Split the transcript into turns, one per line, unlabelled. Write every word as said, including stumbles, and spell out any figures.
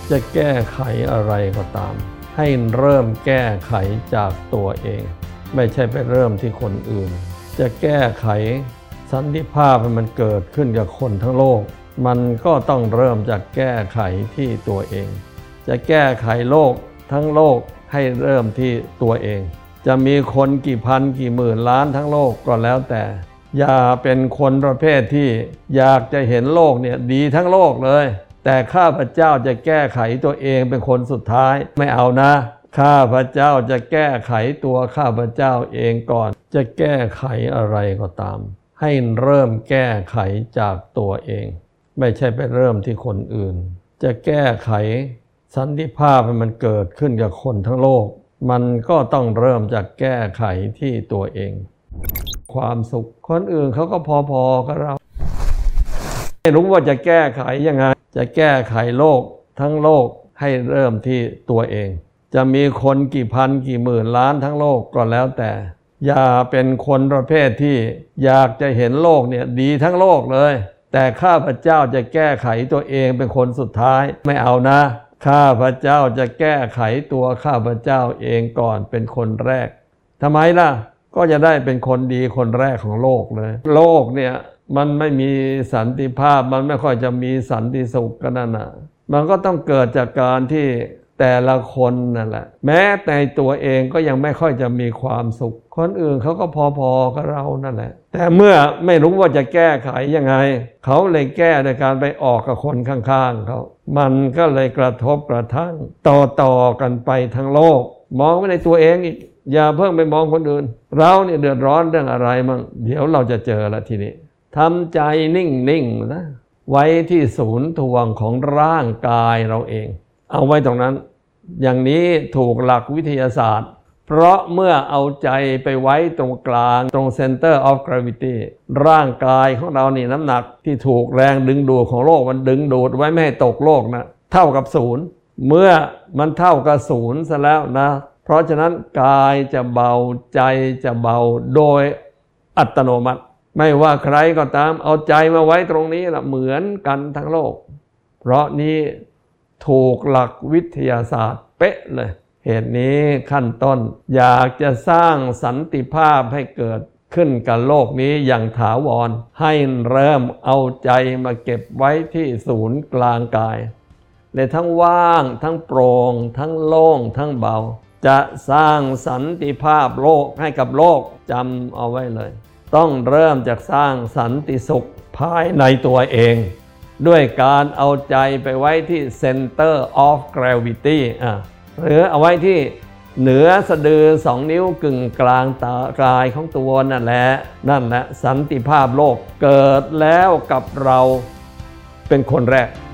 จะแก้ไขอะไรก็ตามให้เริ่มแก้ไขจากตัวเองไม่ใช่ไปเริ่มที่คนอื่นจะแก้ไขสันติภาพให้มันเกิดขึ้นกับคนทั้งโลกมันก็ต้องเริ่มจากแก้ไขที่ตัวเองจะแก้ไขโลกทั้งโลกให้เริ่มที่ตัวเองจะมีคนกี่พันกี่หมื่นล้านทั้งโลกก็แล้วแต่อย่าเป็นคนประเภทที่อยากจะเห็นโลกเนี่ยดีทั้งโลกเลยแต่ข้าพเจ้าจะแก้ไขตัวเองเป็นคนสุดท้ายไม่เอานะข้าพเจ้าจะแก้ไขตัวข้าพเจ้าเองก่อนจะแก้ไขอะไรก็ตามให้เริ่มแก้ไขจากตัวเองไม่ใช่ไปเริ่มที่คนอื่นจะแก้ไขสันติภาพให้มันเกิดขึ้นกับคนทั้งโลกมันก็ต้องเริ่มจากแก้ไขที่ตัวเองความสุขคนอื่นเขาก็พอๆกับเราไม่รู้ว่าจะแก้ไขยังไงจะแก้ไขโลกทั้งโลกให้เริ่มที่ตัวเองจะมีคนกี่พันกี่หมื่นล้านทั้งโลกก็แล้วแต่อย่าเป็นคนประเภทที่อยากจะเห็นโลกเนี่ยดีทั้งโลกเลยแต่ข้าพเจ้าจะแก้ไขตัวเองเป็นคนสุดท้ายไม่เอานะข้าพเจ้าจะแก้ไขตัวข้าพเจ้าเองก่อนเป็นคนแรกทำไมล่ะก็จะได้เป็นคนดีคนแรกของโลกเลยโลกเนี่ยมันไม่มีสันติภาพมันไม่ค่อยจะมีสันติสุขกันนั่นนะมันก็ต้องเกิดจากการที่แต่ละคนนั่นแหละแม้แต่ตัวเองก็ยังไม่ค่อยจะมีความสุขคนอื่นเขาก็พอๆกับเรานั่นแหละแต่เมื่อไม่รู้ว่าจะแก้ไขยังไงเขาเลยแก้โดยการไปออกกับคนข้างๆเขามันก็เลยกระทบกระทั่งต่อๆกันไปทั้งโลกมองไม่ในตัวเองอีกอย่าเพิ่งไปมองคนอื่นเราเนี่ยเดือดร้อนเรื่องอะไรมั่งเดี๋ยวเราจะเจอละทีนี้ทำใจนิ่งๆนะไว้ที่ศูนย์ถ่วงของร่างกายเราเองเอาไว้ตรงนั้นอย่างนี้ถูกหลักวิทยาศาสตร์เพราะเมื่อเอาใจไปไว้ตรงกลางตรง Center of Gravity ร่างกายของเรานี่น้ำหนักที่ถูกแรงดึงดูดของโลกมันดึงดูดไว้ไม่ให้ตกโลกนะเท่ากับศูนย์เมื่อมันเท่ากับศูนย์ซะแล้วนะเพราะฉะนั้นกายจะเบาใจจะเบาโดยอัตโนมัติไม่ว่าใครก็ตามเอาใจมาไว้ตรงนี้ละเหมือนกันทั้งโลกเพราะนี้ถูกหลักวิทยาศาสตร์เป๊ะเลยเหตุนี้ขั้นต้นอยากจะสร้างสันติภาพให้เกิดขึ้นกับโลกนี้อย่างถาวรให้เริ่มเอาใจมาเก็บไว้ที่ศูนย์กลางกายเลยทั้งว่างทั้งโปร่งทั้งโล่งทั้งเบาจะสร้างสันติภาพโลกให้กับโลกจำเอาไว้เลยต้องเริ่มจากสร้างสันติสุขภายในตัวเองด้วยการเอาใจไปไว้ที่ Center of Gravity อ่ะหรือเอาไว้ที่เหนือสะดือสองนิ้วกึ่งกลางตากายของตัวนั่นแหละนั่นแหละสันติภาพโลกเกิดแล้วกับเราเป็นคนแรก